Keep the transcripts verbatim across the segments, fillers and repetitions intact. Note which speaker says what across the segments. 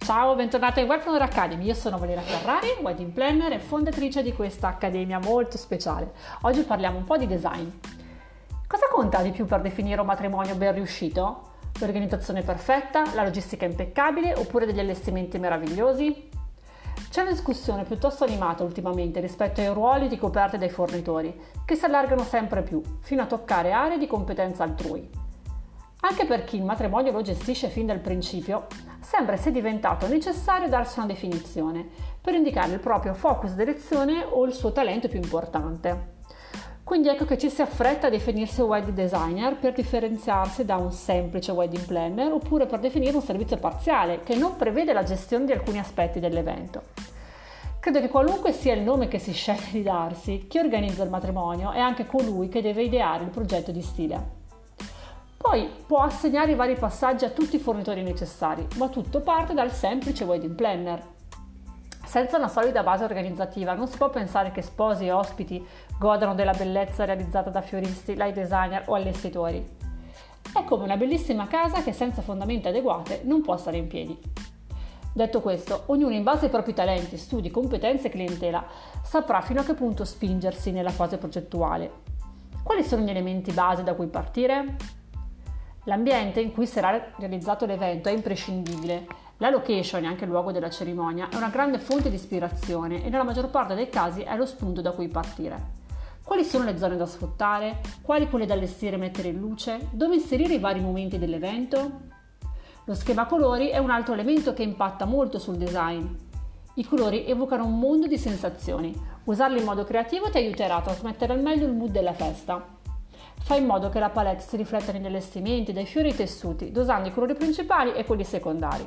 Speaker 1: Ciao, bentornata in Webpreneur Academy. Io sono Valeria Ferrari, wedding planner e fondatrice di questa accademia molto speciale. Oggi parliamo un po' di design. Cosa conta di più per definire un matrimonio ben riuscito? L'organizzazione perfetta, la logistica impeccabile oppure degli allestimenti meravigliosi? C'è una discussione piuttosto animata ultimamente rispetto ai ruoli ricoperti dai fornitori, che si allargano sempre più, fino a toccare aree di competenza altrui. Anche per chi il matrimonio lo gestisce fin dal principio, sembra sia diventato necessario darsi una definizione per indicare il proprio focus direzione o il suo talento più importante. Quindi ecco che ci si affretta a definirsi wedding designer per differenziarsi da un semplice wedding planner oppure per definire un servizio parziale che non prevede la gestione di alcuni aspetti dell'evento. Credo che qualunque sia il nome che si sceglie di darsi, chi organizza il matrimonio è anche colui che deve ideare il progetto di stile. Poi può assegnare i vari passaggi a tutti i fornitori necessari, ma tutto parte dal semplice wedding planner. Senza una solida base organizzativa non si può pensare che sposi e ospiti godano della bellezza realizzata da fioristi, light designer o allestitori. È come una bellissima casa che senza fondamenta adeguate non può stare in piedi. Detto questo, ognuno in base ai propri talenti, studi, competenze e clientela saprà fino a che punto spingersi nella fase progettuale. Quali sono gli elementi base da cui partire? L'ambiente in cui sarà realizzato l'evento è imprescindibile. La location e anche il luogo della cerimonia è una grande fonte di ispirazione e nella maggior parte dei casi è lo spunto da cui partire. Quali sono le zone da sfruttare? Quali quelle da allestire e mettere in luce? Dove inserire i vari momenti dell'evento? Lo schema colori è un altro elemento che impatta molto sul design. I colori evocano un mondo di sensazioni. Usarli in modo creativo ti aiuterà a trasmettere al meglio il mood della festa. Fai in modo che la palette si rifletta negli allestimenti, dai fiori ai tessuti, dosando i colori principali e quelli secondari.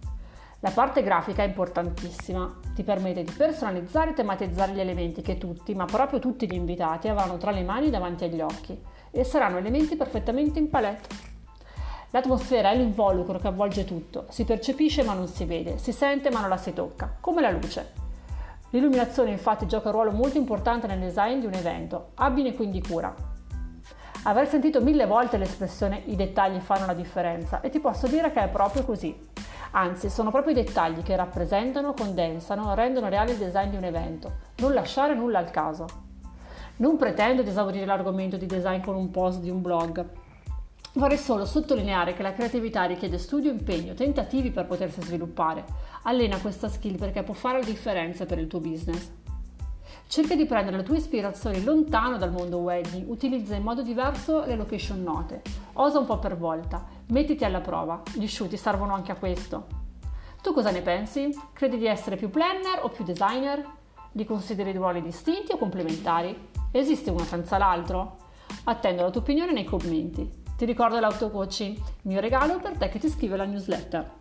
Speaker 1: La parte grafica è importantissima, ti permette di personalizzare e tematizzare gli elementi che tutti, ma proprio tutti gli invitati avranno tra le mani davanti agli occhi e saranno elementi perfettamente in palette. L'atmosfera è l'involucro che avvolge tutto, si percepisce ma non si vede, si sente ma non la si tocca, come la luce. L'illuminazione infatti gioca un ruolo molto importante nel design di un evento, abbine quindi cura. Avrei sentito mille volte l'espressione "i dettagli fanno la differenza" e ti posso dire che è proprio così. Anzi, sono proprio i dettagli che rappresentano, condensano, rendono reale il design di un evento. Non lasciare nulla al caso. Non pretendo di esaurire l'argomento di design con un post di un blog. Vorrei solo sottolineare che la creatività richiede studio, impegno, tentativi per potersi sviluppare. Allena questa skill perché può fare la differenza per il tuo business. Cerca di prendere le tue ispirazioni lontano dal mondo wedding, utilizza in modo diverso le location note, osa un po' per volta, mettiti alla prova, gli shoot ti servono anche a questo. Tu cosa ne pensi? Credi di essere più planner o più designer? Li consideri ruoli distinti o complementari? Esiste uno senza l'altro? Attendo la tua opinione nei commenti. Ti ricordo l'auto-coaching, il mio regalo per te che ti iscrivi alla newsletter.